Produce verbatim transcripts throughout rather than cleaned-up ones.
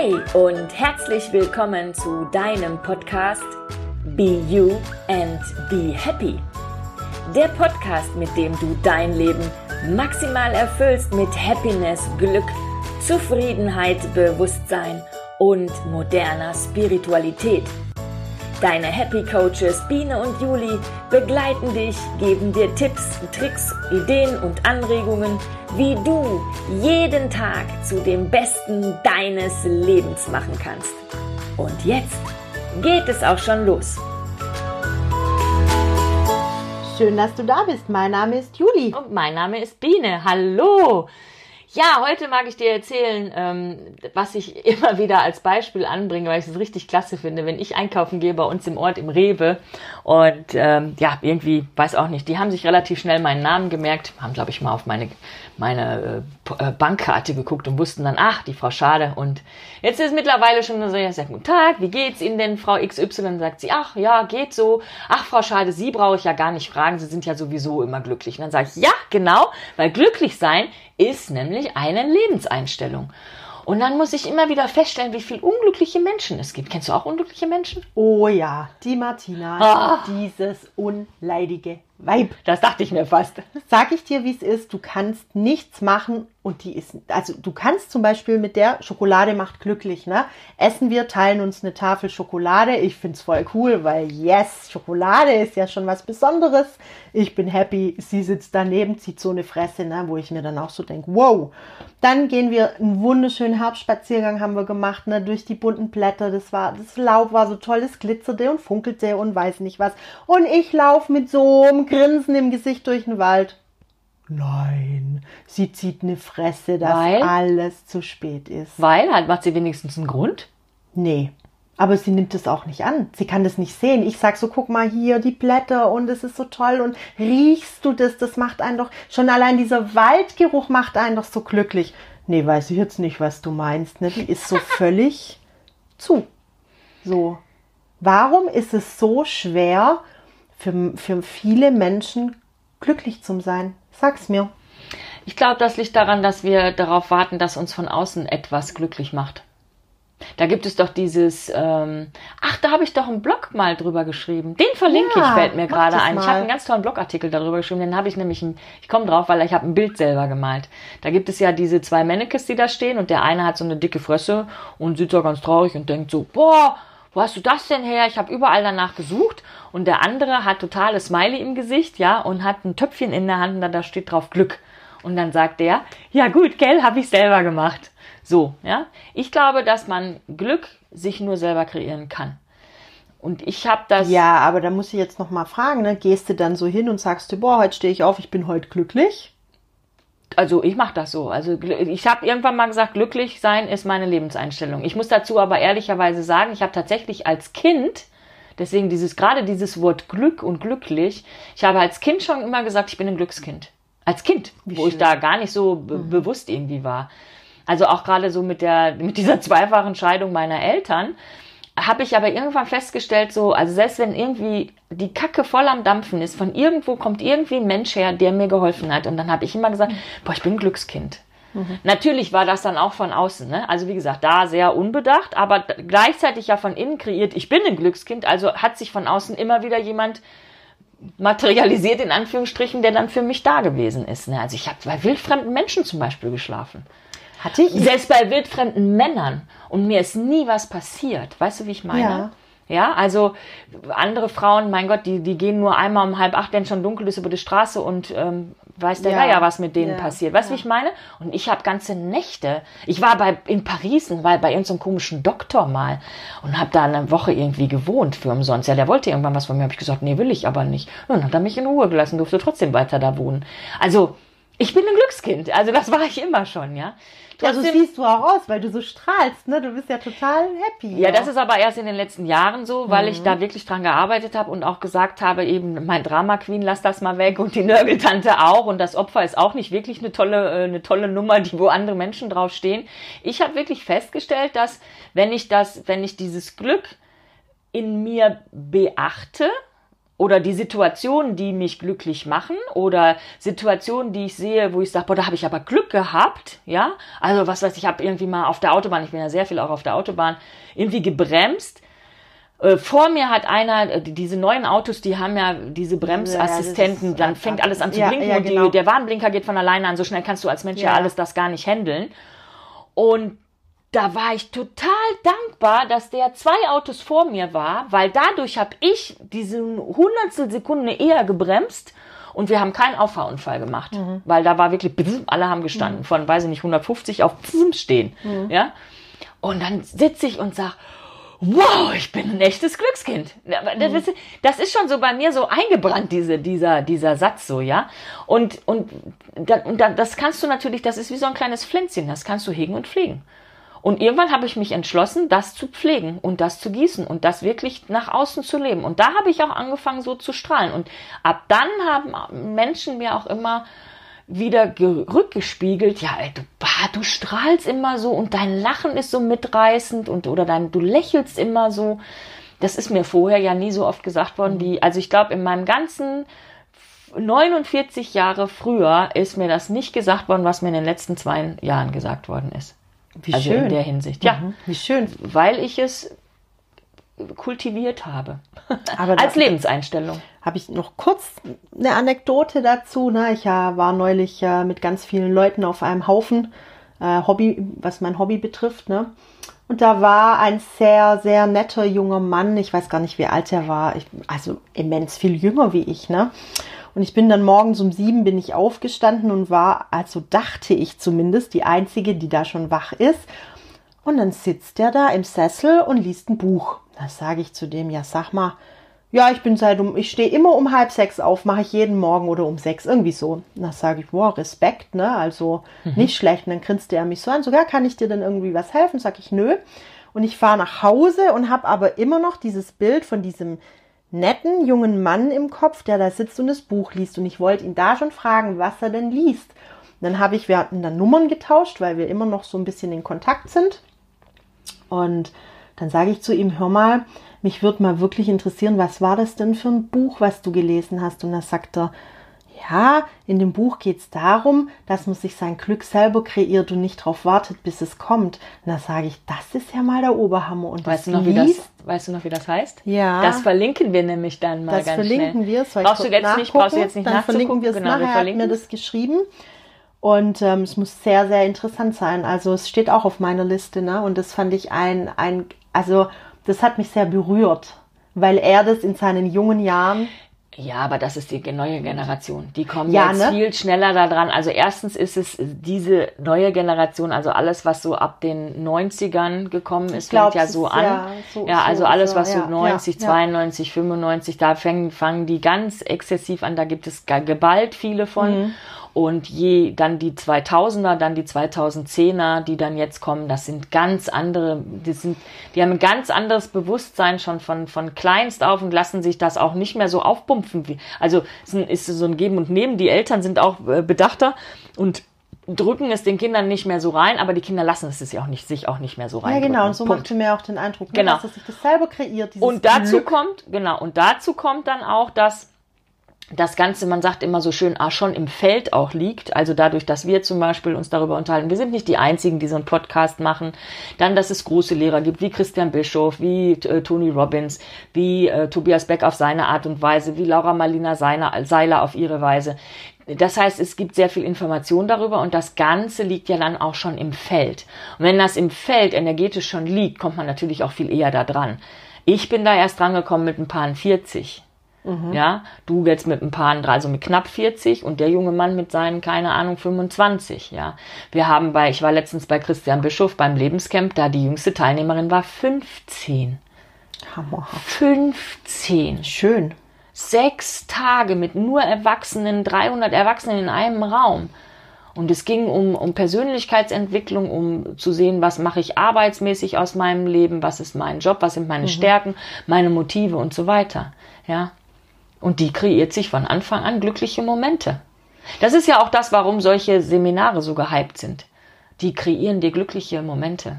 Hey und herzlich willkommen zu deinem Podcast Be You and Be Happy. Der Podcast, mit dem du dein Leben maximal erfüllst mit Happiness, Glück, Zufriedenheit, Bewusstsein und moderner Spiritualität. Deine Happy Coaches Biene und Juli begleiten dich, geben dir Tipps, Tricks, Ideen und Anregungen, wie du jeden Tag zu dem Besten deines Lebens machen kannst. Und jetzt geht es auch schon los. Schön, dass du da bist. Mein Name ist Juli. Und mein Name ist Biene. Hallo! Ja, heute mag ich dir erzählen, ähm, was ich immer wieder als Beispiel anbringe, weil ich es richtig klasse finde, wenn ich einkaufen gehe bei uns im Ort, im Rewe. Und ähm, ja, irgendwie, weiß auch nicht, die haben sich relativ schnell meinen Namen gemerkt, haben, glaube ich, mal auf meine, meine äh, Bankkarte geguckt und wussten dann, ach, die Frau Schade. Und jetzt ist mittlerweile schon so, ja, sagt, guten Tag, wie geht's Ihnen denn, Frau X Y? Sagt sie, ach ja, geht so. Ach, Frau Schade, Sie brauche ich ja gar nicht fragen, Sie sind ja sowieso immer glücklich. Und dann sage ich, ja, genau, weil glücklich sein ist nämlich eine Lebenseinstellung. Und dann muss ich immer wieder feststellen, wie viele unglückliche Menschen es gibt. Kennst du auch unglückliche Menschen? Oh ja, die Martina, Ah. dieses unleidige Weib. Das dachte ich mir fast. Sag ich dir, wie es ist, du kannst nichts machen und die ist, also du kannst zum Beispiel mit der Schokolade macht glücklich, ne? Essen wir, teilen uns eine Tafel Schokolade. Ich find's voll cool, weil yes, Schokolade ist ja schon was Besonderes. Ich bin happy, sie sitzt daneben, zieht so eine Fresse, ne? Wo ich mir dann auch so denke, wow. Dann gehen wir einen wunderschönen Herbstspaziergang haben wir gemacht, ne? Durch die bunten Blätter. Das war, das Laub war so toll, das glitzerte und funkelte und weiß nicht was. Und ich laufe mit so einem Grinsen im Gesicht durch den Wald. Nein, sie zieht eine Fresse, dass Weil? alles zu spät ist. Weil, halt macht sie wenigstens einen Grund. Nee, aber sie nimmt es auch nicht an. Sie kann das nicht sehen. Ich sag so, guck mal hier, die Blätter und es ist so toll und riechst du das? Das macht einen doch, schon allein dieser Waldgeruch macht einen doch so glücklich. Nee, weiß ich jetzt nicht, was du meinst, ne? Die ist so völlig zu. So. Warum ist es so schwer für, für viele Menschen glücklich zu sein? Sag's mir. Ich glaube, das liegt daran, dass wir darauf warten, dass uns von außen etwas glücklich macht. Da gibt es doch dieses, ähm, ach, da habe ich doch einen Blog mal drüber geschrieben. Den verlinke Ja, ich, fällt mir mach gerade das ein. Ich mal. habe einen ganz tollen Blogartikel darüber geschrieben, den habe ich nämlich, ein, ich komme drauf, weil ich habe ein Bild selber gemalt. Da gibt es ja diese zwei Mannequins, die da stehen und der eine hat so eine dicke Fresse und sitzt da ganz traurig und denkt so, boah, wo hast du das denn her? Ich habe überall danach gesucht. Und der andere hat totales Smiley im Gesicht, ja, und hat ein Töpfchen in der Hand und da steht drauf Glück. Und dann sagt der, ja gut, gell, habe ich selber gemacht. So, ja. Ich glaube, dass man Glück sich nur selber kreieren kann. Und ich habe das... Ja, aber da muss ich jetzt noch mal fragen, ne? Gehst du dann so hin und sagst du, boah, heute stehe ich auf, ich bin heute glücklich? Also ich mache das so. Also ich habe irgendwann mal gesagt, glücklich sein ist meine Lebenseinstellung. Ich muss dazu aber ehrlicherweise sagen, ich habe tatsächlich als Kind, deswegen dieses gerade dieses Wort Glück und glücklich, ich habe als Kind schon immer gesagt, ich bin ein Glückskind. Als Kind, Wie wo ich schön. da gar nicht so be- Mhm. bewusst irgendwie war. Also auch gerade so mit der mit dieser zweifachen Scheidung meiner Eltern habe ich aber irgendwann festgestellt, so, also selbst wenn irgendwie die Kacke voll am Dampfen ist, von irgendwo kommt irgendwie ein Mensch her, der mir geholfen hat. Und dann habe ich immer gesagt, boah, ich bin ein Glückskind. Mhm. Natürlich war das dann auch von außen, ne? Also wie gesagt, da sehr unbedacht, aber d- gleichzeitig ja von innen kreiert, ich bin ein Glückskind, also hat sich von außen immer wieder jemand materialisiert, in Anführungsstrichen, der dann für mich da gewesen ist. Ne? Also ich habe bei wildfremden Menschen zum Beispiel geschlafen. Hatte ich? Selbst bei wildfremden Männern. Und mir ist nie was passiert. Weißt du, wie ich meine? Ja. Ja, also andere Frauen, mein Gott, die, die gehen nur einmal um halb acht, wenn schon dunkel ist, über die Straße und ähm, weiß der Ja. Geier, was mit denen Ja. passiert. Weißt du, Ja. wie ich meine? Und ich habe ganze Nächte. Ich war bei in Paris und war bei irgendeinem so komischen Doktor mal und habe da eine Woche irgendwie gewohnt für umsonst. Ja, der wollte irgendwann was von mir. Habe ich gesagt, nee, will ich aber nicht. Und dann hat er mich in Ruhe gelassen, durfte trotzdem weiter da wohnen. Also ich bin ein Glückskind. Also das war ich immer schon, ja. Ja, so Trotzdem- siehst du auch aus, weil du so strahlst, ne? Du bist ja total happy. Ja, das ist aber erst in den letzten Jahren so, weil ich da wirklich dran gearbeitet habe und auch gesagt habe, eben mein Drama Queen, lass das mal weg und die Nörgeltante auch und das Opfer ist auch nicht wirklich eine tolle, äh, eine tolle Nummer, die wo andere Menschen drauf stehen. Ich habe wirklich festgestellt, dass wenn ich das, wenn ich dieses Glück in mir beachte oder die Situationen, die mich glücklich machen oder Situationen, die ich sehe, wo ich sage, boah, da habe ich aber Glück gehabt, ja, also was weiß ich, habe irgendwie mal auf der Autobahn, ich bin ja sehr viel auch auf der Autobahn, irgendwie gebremst. Äh, vor mir hat einer, äh, diese neuen Autos, die haben ja diese Bremsassistenten, ja, ist, dann fängt alles an zu ja, blinken ja, und genau. die, der Warnblinker geht von alleine an, so schnell kannst du als Mensch ja, ja alles das gar nicht handeln. Und da war ich total dankbar, dass der zwei Autos vor mir war, weil dadurch habe ich diese Hundertstel Sekunde eher gebremst und wir haben keinen Auffahrunfall gemacht, mhm. weil da war wirklich, alle haben gestanden, mhm. von, weiß ich nicht, hundertfünfzig auf stehen, mhm. ja. Und dann sitze ich und sag, wow, ich bin ein echtes Glückskind. Das ist, das ist schon so bei mir so eingebrannt, diese, dieser, dieser Satz so, ja. Und, und, und das kannst du natürlich, das ist wie so ein kleines Pflänzchen, das kannst du hegen und pflegen. Und irgendwann habe ich mich entschlossen, das zu pflegen und das zu gießen und das wirklich nach außen zu leben. Und da habe ich auch angefangen, so zu strahlen. Und ab dann haben Menschen mir auch immer wieder rückgespiegelt, ja, ey, du, bah, du strahlst immer so und dein Lachen ist so mitreißend und oder dein, du lächelst immer so. Das ist mir vorher ja nie so oft gesagt worden, wie, also ich glaube, in meinem ganzen neunundvierzig Jahre früher ist mir das nicht gesagt worden, was mir in den letzten zwei Jahren gesagt worden ist. Wie also schön. In der Hinsicht, ja. Mhm. Wie schön. Weil ich es kultiviert habe. Aber als Lebenseinstellung. Habe ich noch kurz eine Anekdote dazu. Ne? Ich ja, war neulich äh, mit ganz vielen Leuten auf einem Haufen, äh, Hobby, was mein Hobby betrifft. Ne? Und da war ein sehr, sehr netter junger Mann. Ich weiß gar nicht, wie alt er war. Ich, also immens viel jünger wie ich. Ne? Und ich bin dann morgens um sieben bin ich aufgestanden und war, also dachte ich zumindest, die Einzige, die da schon wach ist. Und dann sitzt der da im Sessel und liest ein Buch. Da sage ich zu dem, ja sag mal, ja, ich bin seit um, ich stehe immer um halb sechs auf, mache ich jeden Morgen oder um sechs, irgendwie so. Da sage ich, wow, Respekt, ne, also mhm. nicht schlecht. Und dann grinste er mich so an, sogar kann ich dir denn irgendwie was helfen? Sag ich, nö. Und ich fahre nach Hause und habe aber immer noch dieses Bild von diesem netten jungen Mann im Kopf, der da sitzt und das Buch liest. Und ich wollte ihn da schon fragen, was er denn liest. Und dann habe ich, wir hatten dann Nummern getauscht, weil wir immer noch so ein bisschen in Kontakt sind. Und dann sage ich zu ihm, hör mal, mich würde mal wirklich interessieren, was war das denn für ein Buch, was du gelesen hast? Und dann sagt er, ja, in dem Buch geht es darum, dass man sich sein Glück selber kreiert und nicht darauf wartet, bis es kommt. Und dann sage ich, das ist ja mal der Oberhammer. Und weißt du noch, wie das, weißt du noch, wie das heißt? Ja. Das verlinken wir nämlich dann mal das ganz schnell. Das verlinken wir. Soll brauchst, du jetzt nicht, brauchst du jetzt nicht dann verlinken wir es genau, nachher, wir verlinken er hat mir das geschrieben. Und ähm, es muss sehr, sehr interessant sein. Also es steht auch auf meiner Liste, ne? Und das fand ich ein, ein, also das hat mich sehr berührt, weil er das in seinen jungen Jahren... Ja, aber das ist die neue Generation. Die kommen ja, jetzt ne? viel schneller da dran. Also erstens ist es diese neue Generation, also alles, was so ab den neunzigern gekommen ist, glaub, fängt ja so an. Ja, so, ja, also so, alles, so, was so ja, neunzig, ja, zweiundneunzig, fünfundneunzig, da fangen, fangen die ganz exzessiv an. Da gibt es geballt viele von. Mhm. Und je dann die zweitausender, dann die zweitausendzehner, die dann jetzt kommen, das sind ganz andere, die sind, die haben ein ganz anderes Bewusstsein schon von, von kleinst auf und lassen sich das auch nicht mehr so aufpumpfen. Wie, also es ist so ein Geben und Nehmen. Die Eltern sind auch bedachter und drücken es den Kindern nicht mehr so rein, aber die Kinder lassen es sich auch nicht, sich auch nicht mehr so rein. Ja, genau, und so macht mir auch den Eindruck, ne, genau. dass es sich das selber kreiert. Dieses und dazu Glück. kommt, genau, und dazu kommt dann auch, dass das Ganze, man sagt immer so schön, ah, schon im Feld auch liegt. Also dadurch, dass wir zum Beispiel uns darüber unterhalten, wir sind nicht die Einzigen, die so einen Podcast machen. Dann, dass es große Lehrer gibt, wie Christian Bischof, wie äh, Tony Robbins, wie äh, Tobias Beck auf seine Art und Weise, wie Laura Marlina Seiler auf ihre Weise. Das heißt, es gibt sehr viel Information darüber und das Ganze liegt ja dann auch schon im Feld. Und wenn das im Feld energetisch schon liegt, kommt man natürlich auch viel eher da dran. Ich bin da erst dran gekommen mit ein paar vierzig. Mhm. Ja, du jetzt mit ein paar, also mit knapp vierzig und der junge Mann mit seinen, keine Ahnung, fünfundzwanzig, ja. Wir haben bei, ich war letztens bei Christian Bischof beim Lebenscamp, da die jüngste Teilnehmerin war fünfzehn. Hammerhaft. fünfzehn. Schön. Sechs Tage mit nur Erwachsenen, dreihundert Erwachsenen in einem Raum. Und es ging um, um Persönlichkeitsentwicklung, um zu sehen, was mache ich arbeitsmäßig aus meinem Leben, was ist mein Job, was sind meine mhm. Stärken, meine Motive und so weiter, ja. Und die kreiert sich von Anfang an glückliche Momente. Das ist ja auch das, warum solche Seminare so gehypt sind. Die kreieren dir glückliche Momente.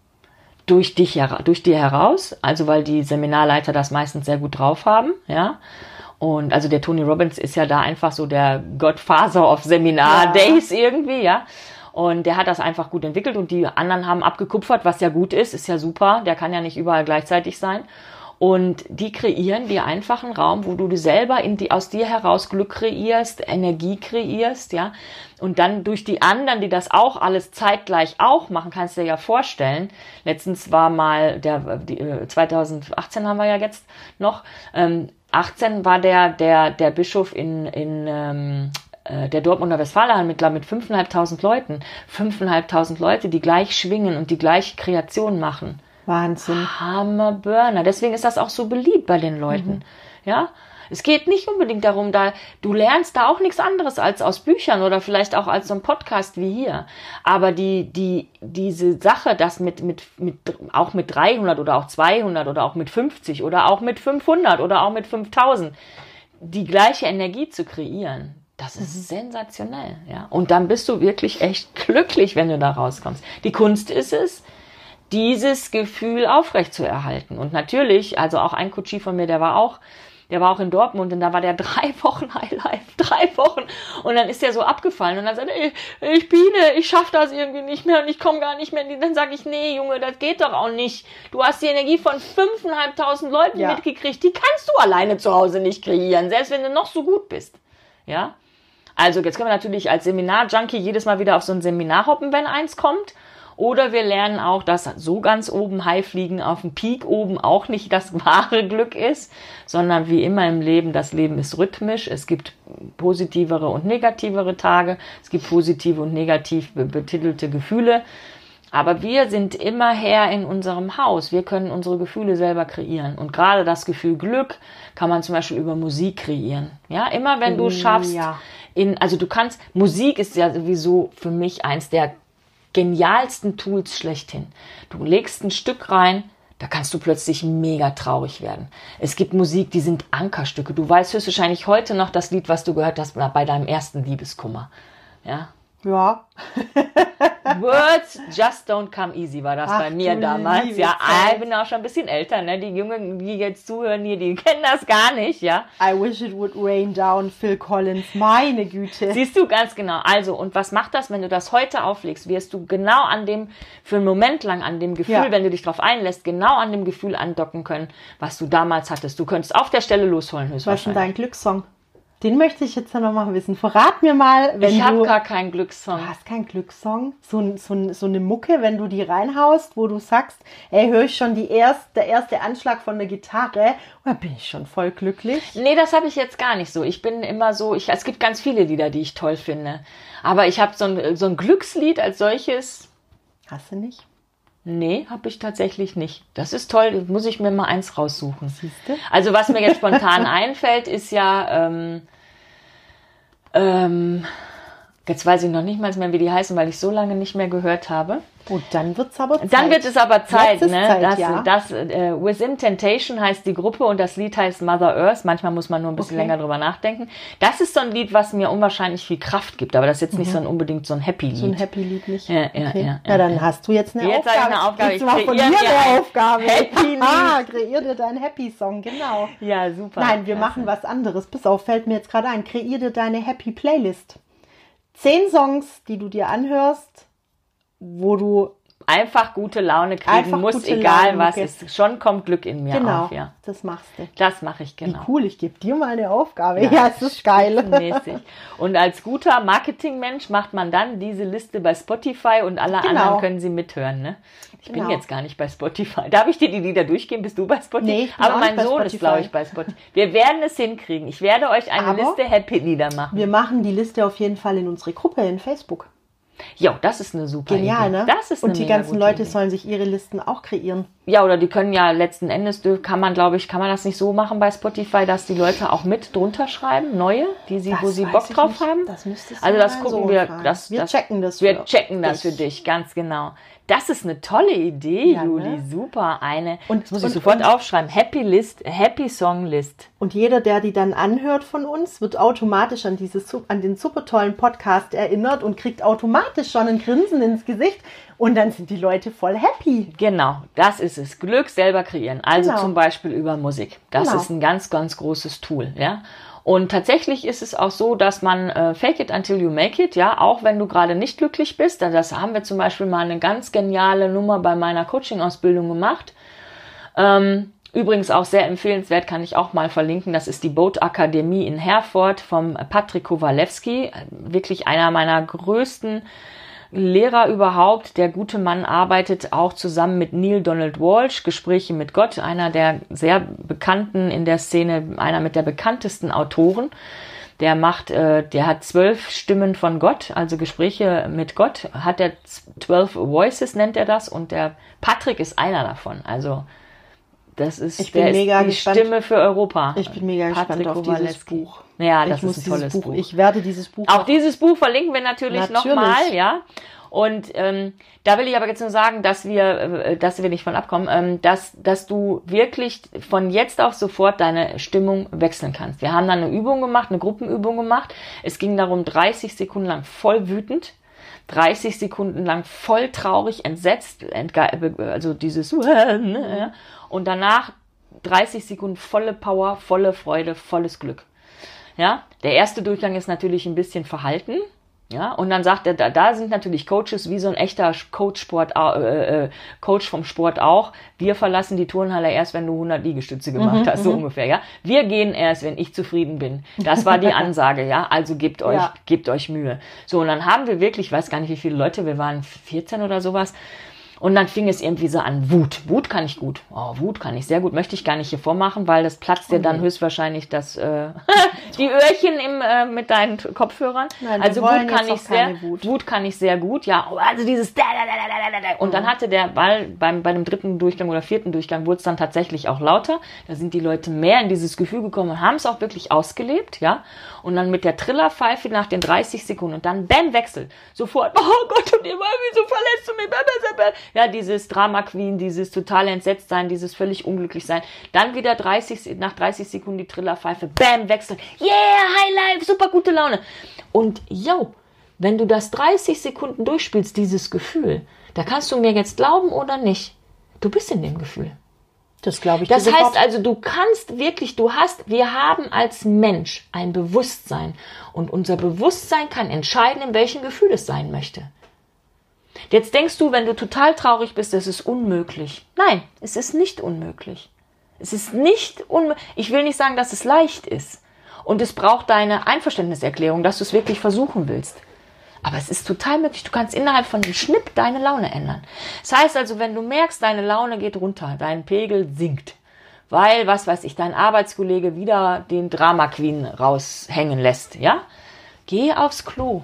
Durch dich, durch dir heraus, also weil die Seminarleiter das meistens sehr gut drauf haben, ja. Und also der Tony Robbins ist ja da einfach so der Godfather of Seminar-Days ja. irgendwie, ja. Und der hat das einfach gut entwickelt und die anderen haben abgekupfert, was ja gut ist, ist ja super. Der kann ja nicht überall gleichzeitig sein. Und die kreieren dir einfach einen Raum, wo du selber in die, aus dir heraus Glück kreierst, Energie kreierst, ja. Und dann durch die anderen, die das auch alles zeitgleich auch machen, kannst du dir ja vorstellen. Letztens war mal, der die, zwanzig achtzehn haben wir ja jetzt noch, ähm, achtzehn war der der der Bischof in in ähm, der Dortmunder Westfalenhalle mit, mit fünftausendfünfhundert Leuten. fünftausendfünfhundert Leute, die gleich schwingen und die gleiche Kreation machen. Wahnsinn. Hammer-Burner. Deswegen ist das auch so beliebt bei den Leuten. Mhm. Ja? Es geht nicht unbedingt darum, da du lernst da auch nichts anderes als aus Büchern oder vielleicht auch als so ein Podcast wie hier. Aber die die diese Sache, das mit mit mit auch mit dreihundert oder auch zweihundert oder auch mit fünfzig oder auch mit fünfhundert oder auch mit fünftausend die gleiche Energie zu kreieren. Das ist mhm. sensationell, ja. Und dann bist du wirklich echt glücklich, wenn du da rauskommst. Die Kunst ist es, dieses Gefühl aufrechtzuerhalten. Und natürlich, also auch ein Coachie von mir, der war auch, der war auch in Dortmund und da war der drei Wochen Highlife, drei Wochen. Und dann ist der so abgefallen und dann sagt er, ich, ich Biene, ich schaff das irgendwie nicht mehr und ich komme gar nicht mehr. Dann sage ich, nee, Junge, das geht doch auch nicht. Du hast die Energie von fünftausendfünfhundert Leuten ja. mitgekriegt, die kannst du alleine zu Hause nicht kreieren, selbst wenn du noch so gut bist. Ja? Also jetzt können wir natürlich als Seminar-Junkie jedes Mal wieder auf so ein Seminar hoppen, wenn eins kommt. Oder wir lernen auch, dass so ganz oben Highfliegen auf dem Peak oben auch nicht das wahre Glück ist, sondern wie immer im Leben, das Leben ist rhythmisch. Es gibt positivere und negativere Tage. Es gibt positive und negativ betitelte Gefühle. Aber wir sind immer Herr in unserem Haus. Wir können unsere Gefühle selber kreieren. Und gerade das Gefühl Glück kann man zum Beispiel über Musik kreieren. Ja, immer wenn du schaffst, ja. in, also du kannst, Musik ist ja sowieso für mich eins der genialsten Tools schlechthin. Du legst ein Stück rein, da kannst du plötzlich mega traurig werden. Es gibt Musik, die sind Ankerstücke. Du weißt höchstwahrscheinlich heute noch das Lied, was du gehört hast bei deinem ersten Liebeskummer. Ja. Ja. Words just don't come easy war das Ach, bei mir damals. Ja, ich bin auch schon ein bisschen älter, ne? Die Jungen, die jetzt zuhören hier, die kennen das gar nicht, ja. I wish it would rain down, Phil Collins, meine Güte. Siehst du, ganz genau. Also, und was macht das, wenn du das heute auflegst? Wirst du genau an dem, für einen Moment lang an dem Gefühl, ja. wenn du dich drauf einlässt, genau an dem Gefühl andocken können, was du damals hattest. Du könntest auf der Stelle losholen, höchstwahrscheinlich. Was ist denn dein Glückssong? Den möchte ich jetzt noch mal wissen. Verrat mir mal, wenn ich du... Ich habe gar keinen Glückssong. Du hast keinen Glückssong? So, so, so eine Mucke, wenn du die reinhaust, wo du sagst, ey, höre ich schon die erst, der erste Anschlag von der Gitarre und dann bin ich schon voll glücklich. Nee, das habe ich jetzt gar nicht so. Ich bin immer so, ich, es gibt ganz viele Lieder, die ich toll finde. Aber ich habe so ein, so ein Glückslied als solches... Hast du nicht? Nee, habe ich tatsächlich nicht. Das ist toll, muss ich mir mal eins raussuchen. Siehste? Also was mir jetzt spontan einfällt, ist ja, ähm, ähm, jetzt weiß ich noch nicht mal mehr, wie die heißen, weil ich so lange nicht mehr gehört habe. Und dann wird's aber Zeit. Dann wird es aber Zeit, Jetzt ist ne? Zeit, das, ja. das äh, Within Temptation heißt die Gruppe und das Lied heißt Mother Earth. Manchmal muss man nur ein bisschen Okay. länger drüber nachdenken. Das ist so ein Lied, was mir unwahrscheinlich viel Kraft gibt, aber das ist jetzt nicht Mhm. so ein unbedingt so ein Happy Lied. So ein Happy-Lied nicht? Ja, ja, okay. ja, Na, dann ja. hast du jetzt eine Jetzt habe Aufgabe. ich eine Aufgabe. Jetzt Ich mal von kreiere mir dir eine ein Aufgabe. Happy-Lied. Ah, kreier dir deinen Happy-Song, genau. Ja, super. Nein, wir Klasse. machen was anderes. Pass auf, fällt mir jetzt gerade ein. Kreier dir deine Happy-Playlist. Zehn Songs, die du dir anhörst, wo du... Einfach gute Laune kriegen Einfach muss, gute egal Laune, was okay. ist. Schon kommt Glück in mir Genau, auf, ja. das machst du. Das mache ich, genau. Wie cool, ich gebe dir mal eine Aufgabe. Ja, es ist geil. Spitzenmäßig. Und als guter Marketingmensch macht man dann diese Liste bei Spotify und alle Genau. anderen können sie mithören. Ne? Ich Genau. bin jetzt gar nicht bei Spotify. Darf ich dir die Lieder durchgehen? Bist du bei Spotify? Nee, ich bin aber auch mein nicht bei Sohn ist, Spotify. glaube ich, bei Spotify. Wir werden es hinkriegen. Ich werde euch eine Aber Liste Happy-Lieder machen. Wir machen die Liste auf jeden Fall in unsere Gruppe in Facebook. Jo, das ist eine super Genial, Idee. ne? Das ist eine Und die mega ganzen gute Leute Idee. sollen sich ihre Listen auch kreieren. Ja, oder die können ja letzten Endes, kann man, glaube ich, kann man das nicht so machen bei Spotify, dass die Leute auch mit drunter schreiben, neue, die sie, Das wo sie weiß Bock ich drauf nicht. haben. Das müsstest du Also das mal gucken so wir, fragen. das, Wir das, checken das Wir für checken das dich. für dich, ganz genau. Das ist eine tolle Idee, Ja, Juli, ne? super. Eine, Und- das muss ich und- sofort und- aufschreiben, Happy List, Happy Song List. Und jeder, der die dann anhört von uns, wird automatisch an, dieses, an den super tollen Podcast erinnert und kriegt automatisch automatisch schon ein Grinsen ins Gesicht und dann sind die Leute voll happy. Genau, das ist es. Glück selber kreieren. Also Genau. zum Beispiel über Musik. Das Genau. ist ein ganz, ganz großes Tool, ja. Und tatsächlich ist es auch so, dass man äh, fake it until you make it, ja, auch wenn du gerade nicht glücklich bist. Das haben wir zum Beispiel mal eine ganz geniale Nummer bei meiner Coaching-Ausbildung gemacht. Ähm, übrigens auch sehr empfehlenswert, kann ich auch mal verlinken. Das ist die Boat Akademie in Herford vom Patrick Kowalewski. Wirklich einer meiner größten Lehrer überhaupt. Der gute Mann arbeitet auch zusammen mit Neil Donald Walsh, Gespräche mit Gott, einer der sehr bekannten in der Szene, einer mit der bekanntesten Autoren. Der macht, äh, der hat zwölf Stimmen von Gott, also Gespräche mit Gott, hat er zwölf Voices, nennt er das, und der Patrick ist einer davon. Also das ist, Ich bin der mega ist die gespannt. Stimme für Europa. Ich bin mega Patrick gespannt auf dieses Kowalewski. Buch. Ja, das ich muss ist ein tolles dieses Buch, Buch. Ich werde dieses Buch Auch dieses Buch verlinken wir natürlich, Natürlich. nochmal, ja. Und ähm, da will ich aber jetzt nur sagen, dass wir, äh, dass wir nicht von abkommen, ähm, dass, dass du wirklich von jetzt auf sofort deine Stimmung wechseln kannst. Wir haben dann eine Übung gemacht, eine Gruppenübung gemacht. Es ging darum, dreißig Sekunden lang voll wütend, dreißig Sekunden lang voll traurig, entsetzt, entge- also dieses und danach dreißig Sekunden volle Power, volle Freude, volles Glück. Ja, der erste Durchgang ist natürlich ein bisschen verhalten. Ja, und dann sagt er, da, da sind natürlich Coaches wie so ein echter Coach, Sport, äh, äh, Coach vom Sport auch. Wir verlassen die Turnhalle erst, wenn du hundert Liegestütze gemacht Mhm, hast, so mhm. ungefähr, ja. Wir gehen erst, wenn ich zufrieden bin. Das war die Ansage, ja. Also gebt euch, Ja. gebt euch Mühe. So, und dann haben wir wirklich, ich weiß gar nicht, wie viele Leute, wir waren vierzehn oder sowas. Und dann fing es irgendwie so an, Wut. Wut kann ich gut. Oh, Wut kann ich sehr gut. Möchte ich gar nicht hier vormachen, weil das platzt dir dann höchstwahrscheinlich das, äh, die Öhrchen im, äh, mit deinen Kopfhörern. Nein, wir also wollen Wut kann jetzt ich auch keine sehr, Wut. Wut kann ich sehr gut, ja. Also dieses da, da, da, da, da, da. Und dann hatte der Ball beim, bei dem dritten Durchgang oder vierten Durchgang wurde es dann tatsächlich auch lauter. Da sind die Leute mehr in dieses Gefühl gekommen und haben es auch wirklich ausgelebt, ja. Und dann mit der Trillerpfeife nach den dreißig Sekunden und dann bam, Wechsel. Sofort, oh Gott, und immer, wieso verlässt du mich? Ja, dieses Drama Queen, dieses totale Entsetztsein, dieses völlig unglücklich sein. Dann wieder dreißig, nach dreißig Sekunden die Trillerpfeife, bam, Wechsel. Yeah, High Life, super gute Laune. Und yo, wenn du das dreißig Sekunden durchspielst, dieses Gefühl, da kannst du mir jetzt glauben oder nicht, du bist in dem Gefühl. Das glaube ich. Das dir heißt sofort. also, du kannst wirklich, du hast, wir haben als Mensch ein Bewusstsein und unser Bewusstsein kann entscheiden, in welchem Gefühl es sein möchte. Jetzt denkst du, wenn du total traurig bist, das ist unmöglich. Nein, es ist nicht unmöglich. Es ist nicht unmöglich. Ich will nicht sagen, dass es leicht ist. Und es braucht deine Einverständniserklärung, dass du es wirklich versuchen willst. Aber es ist total möglich. Du kannst innerhalb von einem Schnipp deine Laune ändern. Das heißt also, wenn du merkst, deine Laune geht runter, dein Pegel sinkt, weil, was weiß ich, dein Arbeitskollege wieder den Drama Queen raushängen lässt, ja? Geh aufs Klo.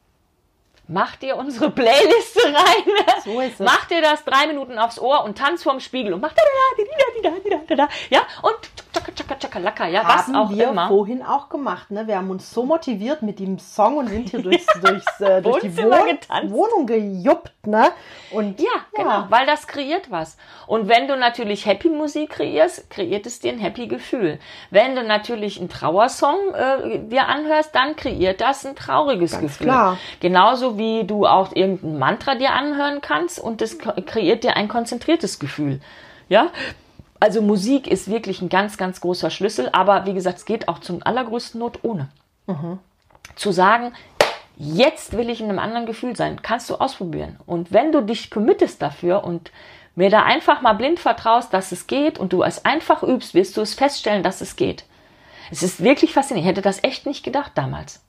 Mach dir unsere Playliste rein. So ist es. Mach dir das drei Minuten aufs Ohr und tanz vorm Spiegel und mach da da da da da da da da, ja, und tschakka tschakka tschakka lacka, ja, was Haben auch wir immer. vorhin auch gemacht. Ne? Wir haben uns so motiviert mit dem Song und sind hier durchs, durchs, äh, durch die Wohnzimmer Wohn getanzt. Wohnung gejuppt. Ne? Und Ja, genau, weil das kreiert was. Und wenn du natürlich Happy Musik kreierst, kreiert es dir ein Happy Gefühl. Wenn du natürlich einen Trauersong äh, dir anhörst, dann kreiert das ein trauriges Ganz Gefühl. klar. Genauso wie du auch irgendein Mantra dir anhören kannst und das kreiert dir ein konzentriertes Gefühl. Ja? Also Musik ist wirklich ein ganz, ganz großer Schlüssel, aber wie gesagt, es geht auch zum allergrößten Not ohne. Mhm. Zu sagen, jetzt will ich in einem anderen Gefühl sein, kannst du ausprobieren. Und wenn du dich committest dafür und mir da einfach mal blind vertraust, dass es geht und du es einfach übst, wirst du es feststellen, dass es geht. Es ist wirklich faszinierend. Ich hätte das echt nicht gedacht damals.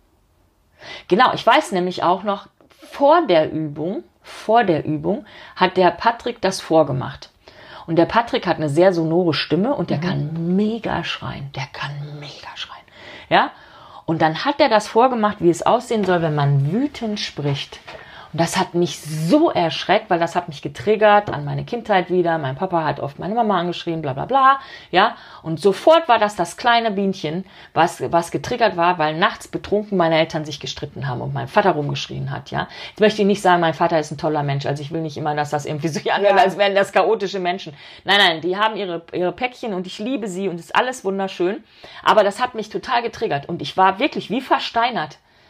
Genau, ich weiß nämlich auch noch, vor der Übung, vor der Übung hat der Patrick das vorgemacht. Und der Patrick hat eine sehr sonore Stimme und der mhm. kann mega schreien. Der kann mega schreien. Ja? Und dann hat er das vorgemacht, wie es aussehen soll, wenn man wütend spricht. Und das hat mich so erschreckt, weil das hat mich getriggert an meine Kindheit wieder. Mein Papa hat oft meine Mama angeschrien, bla bla bla. Ja? Und sofort war das das kleine Bienchen, was, was getriggert war, weil nachts betrunken meine Eltern sich gestritten haben und mein Vater rumgeschrien hat. Ja? Jetzt möchte ich nicht sagen, mein Vater ist ein toller Mensch. Also ich will nicht immer, dass das irgendwie so anhört, als wären das chaotische Menschen. Nein, nein, die haben ihre, ihre Päckchen und ich liebe sie und es ist alles wunderschön. Aber das hat mich total getriggert und ich war wirklich wie versteinert.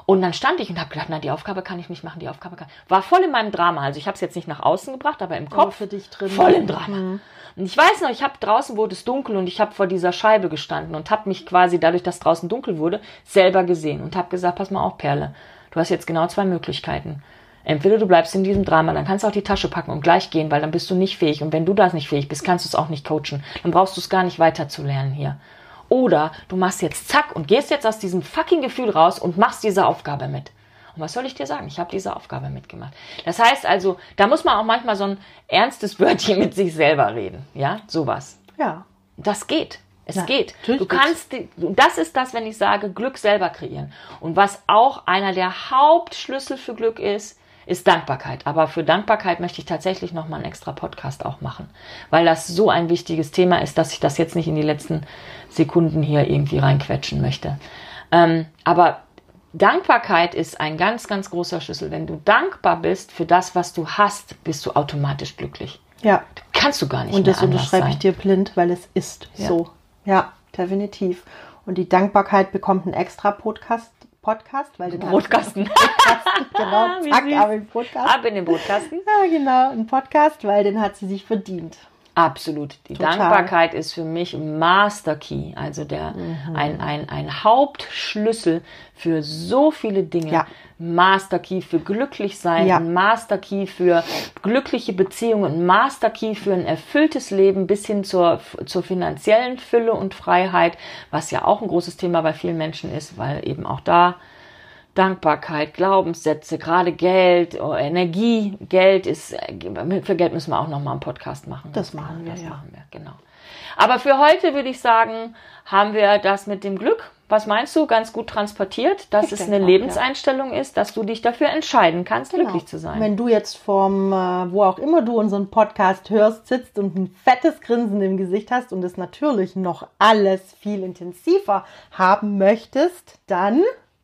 Und dann stand ich und habe gedacht, na, die Aufgabe kann ich nicht machen, die Aufgabe kann war voll in meinem Drama. Also ich habe es jetzt nicht nach außen gebracht, aber im Kopf aber für dich drin. voll im Drama. Mhm. Und ich weiß noch, ich habe draußen wurde es dunkel und ich habe vor dieser Scheibe gestanden und habe mich quasi dadurch, dass draußen dunkel wurde, selber gesehen und habe gesagt, pass mal auf, Perle, du hast jetzt genau zwei Möglichkeiten. Entweder du bleibst in diesem Drama, dann kannst du auch die Tasche packen und gleich gehen, weil dann bist du nicht fähig. Und wenn du da nicht fähig bist, kannst du es auch nicht coachen. Dann brauchst du es gar nicht weiter zu lernen hier. Oder du machst jetzt zack und gehst jetzt aus diesem fucking Gefühl raus und machst diese Aufgabe mit. Und was soll ich dir sagen? Ich habe diese Aufgabe mitgemacht. Das heißt also, da muss man auch manchmal so ein ernstes Wörtchen mit sich selber reden. Ja, sowas. Ja. Das geht. Es ja, geht. Du kannst, und das ist das, wenn ich sage, Glück selber kreieren. Und was auch einer der Hauptschlüssel für Glück ist, ist Dankbarkeit. Aber für Dankbarkeit möchte ich tatsächlich nochmal einen extra Podcast auch machen. Weil das so ein wichtiges Thema ist, dass ich das jetzt nicht in die letzten Sekunden hier irgendwie reinquetschen möchte. Ähm, aber Dankbarkeit ist ein ganz, ganz großer Schlüssel. Wenn du dankbar bist für das, was du hast, bist du automatisch glücklich. Ja. Kannst du gar nicht und mehr das unterschreibe ich dir blind, weil es ist ja. so. Ja, definitiv. Und die Dankbarkeit bekommt einen extra Podcast. Podcast, weil den Brotkasten. Brotkasten, genau, zack, ab in den Podcast. Ab in den Brotkasten. Ja, genau, ein Podcast, weil den hat sie sich verdient. Absolut. Die Total. Dankbarkeit ist für mich Master Key, also der, mhm. ein, ein, ein Hauptschlüssel für so viele Dinge. Ja. Master Key für glücklich sein, ja. Master Key für glückliche Beziehungen, Master Key für ein erfülltes Leben bis hin zur, zur finanziellen Fülle und Freiheit, was ja auch ein großes Thema bei vielen Menschen ist, weil eben auch da Dankbarkeit, Glaubenssätze, gerade Geld, oh, Energie, Geld ist, für Geld müssen wir auch nochmal einen Podcast machen. Das, das machen wir, das ja. machen wir, genau. Aber für heute würde ich sagen, haben wir das mit dem Glück, was meinst du, ganz gut transportiert, dass ich es eine auch, Lebenseinstellung ja. ist, dass du dich dafür entscheiden kannst, genau. glücklich zu sein. Wenn du jetzt vom, wo auch immer du unseren Podcast hörst, sitzt und ein fettes Grinsen im Gesicht hast und es natürlich noch alles viel intensiver haben möchtest, dann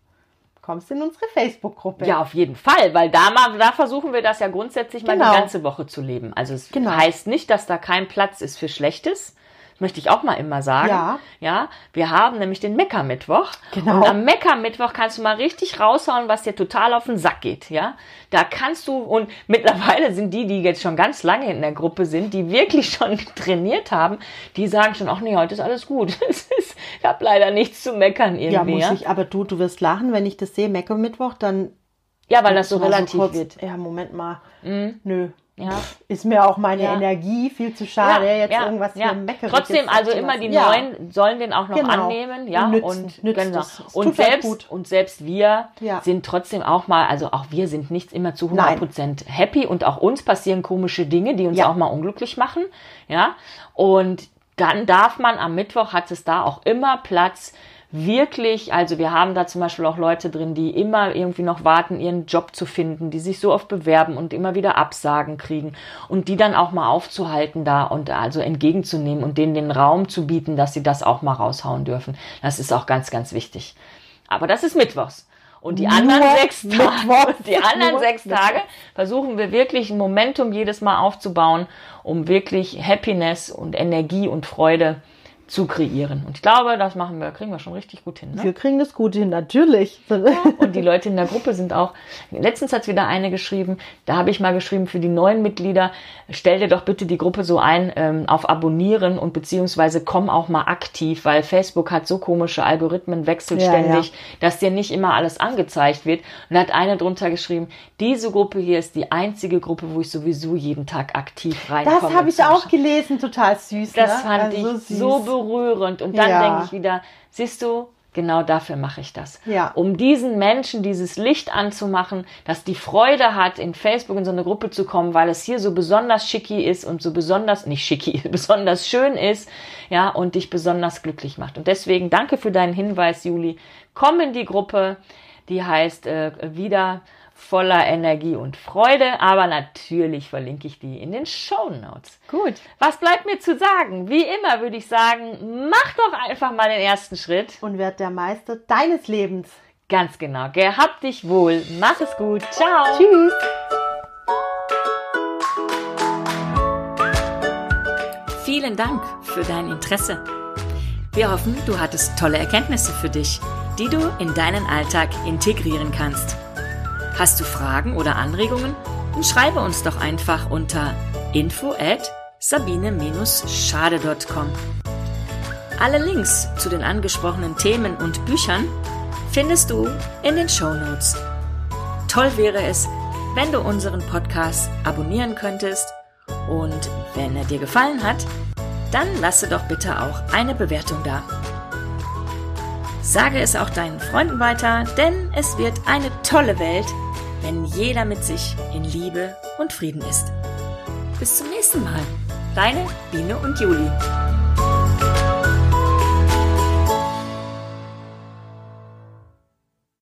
kommst du in unsere Facebook-Gruppe. Ja, auf jeden Fall, weil da, mal, da versuchen wir das ja grundsätzlich mal genau. die ganze Woche zu leben. Also es genau. heißt nicht, dass da kein Platz ist für Schlechtes. Das möchte ich auch mal immer sagen. Ja. Ja, wir haben nämlich den Meckermittwoch. Genau. Und am Meckermittwoch kannst du mal richtig raushauen, was dir total auf den Sack geht. Ja, da kannst du, und mittlerweile sind die, die jetzt schon ganz lange in der Gruppe sind, die wirklich schon trainiert haben, die sagen schon, ach nee, heute ist alles gut. Es ist, ich habe leider nichts zu meckern irgendwie. Ja, muss ich, aber du, du wirst lachen, wenn ich das sehe, Meckermittwoch, dann... Ja, weil das so relativ so kurz, wird. Ja, Moment mal. Mhm. Nö. Ja. Ist mir auch meine ja. Energie viel zu schade, ja, jetzt ja, irgendwas ja. hier meckern. Trotzdem, also immer die ja. Neuen sollen den auch noch genau. annehmen, ja, nützen, und nützt genau. es. Es und tut halt selbst gut. und selbst wir ja. sind trotzdem auch mal, also auch wir sind nicht immer zu hundert Prozent happy und auch uns passieren komische Dinge, die uns ja. auch mal unglücklich machen, ja. Und dann darf man am Mittwoch, hat es da auch immer Platz, wirklich, also wir haben da zum Beispiel auch Leute drin, die immer irgendwie noch warten, ihren Job zu finden, die sich so oft bewerben und immer wieder Absagen kriegen und die dann auch mal aufzuhalten da und also entgegenzunehmen und denen den Raum zu bieten, dass sie das auch mal raushauen dürfen. Das ist auch ganz, ganz wichtig. Aber das ist Mittwochs. Und die anderen Nur sechs Tage, Mittwochs. die anderen Nur sechs Tage versuchen wir wirklich ein Momentum jedes Mal aufzubauen, um wirklich Happiness und Energie und Freude zu kreieren. Und ich glaube, das machen wir, kriegen wir schon richtig gut hin. Ne? Wir kriegen das gut hin, natürlich. Ja, und die Leute in der Gruppe sind auch, letztens hat wieder eine geschrieben, da habe ich mal geschrieben, für die neuen Mitglieder, stell dir doch bitte die Gruppe so ein, ähm, auf Abonnieren und beziehungsweise komm auch mal aktiv, weil Facebook hat so komische Algorithmen, wechselt ja, ständig, ja. dass dir nicht immer alles angezeigt wird. Und da hat eine drunter geschrieben, diese Gruppe hier ist die einzige Gruppe, wo ich sowieso jeden Tag aktiv reinkomme. Das habe ich auch gelesen, total süß. Das ne? fand also ich süß. so berührend. Und dann ja. denke ich wieder, siehst du, genau dafür mache ich das. Ja. Um diesen Menschen dieses Licht anzumachen, dass die Freude hat, in Facebook in so eine Gruppe zu kommen, weil es hier so besonders schicki ist und so besonders, nicht schicki, besonders schön ist, ja, und dich besonders glücklich macht. Und deswegen danke für deinen Hinweis, Juli. Komm in die Gruppe, die heißt äh, wieder voller Energie und Freude, aber natürlich verlinke ich die in den Shownotes. Gut. Was bleibt mir zu sagen? Wie immer würde ich sagen, mach doch einfach mal den ersten Schritt. Und werd der Meister deines Lebens. Ganz genau. Gehabt dich wohl. Mach es gut. Ciao. Tschüss. Vielen Dank für dein Interesse. Wir hoffen, du hattest tolle Erkenntnisse für dich. die du in deinen Alltag integrieren kannst. Hast du Fragen oder Anregungen? Dann schreibe uns doch einfach unter info at sabine dash schade punkt com. Alle Links zu den angesprochenen Themen und Büchern findest du in den Shownotes. Toll wäre es, wenn du unseren Podcast abonnieren könntest und wenn er dir gefallen hat, dann lasse doch bitte auch eine Bewertung da. Sage es auch deinen Freunden weiter, denn es wird eine tolle Welt, wenn jeder mit sich in Liebe und Frieden ist. Bis zum nächsten Mal. Deine Biene und Juli.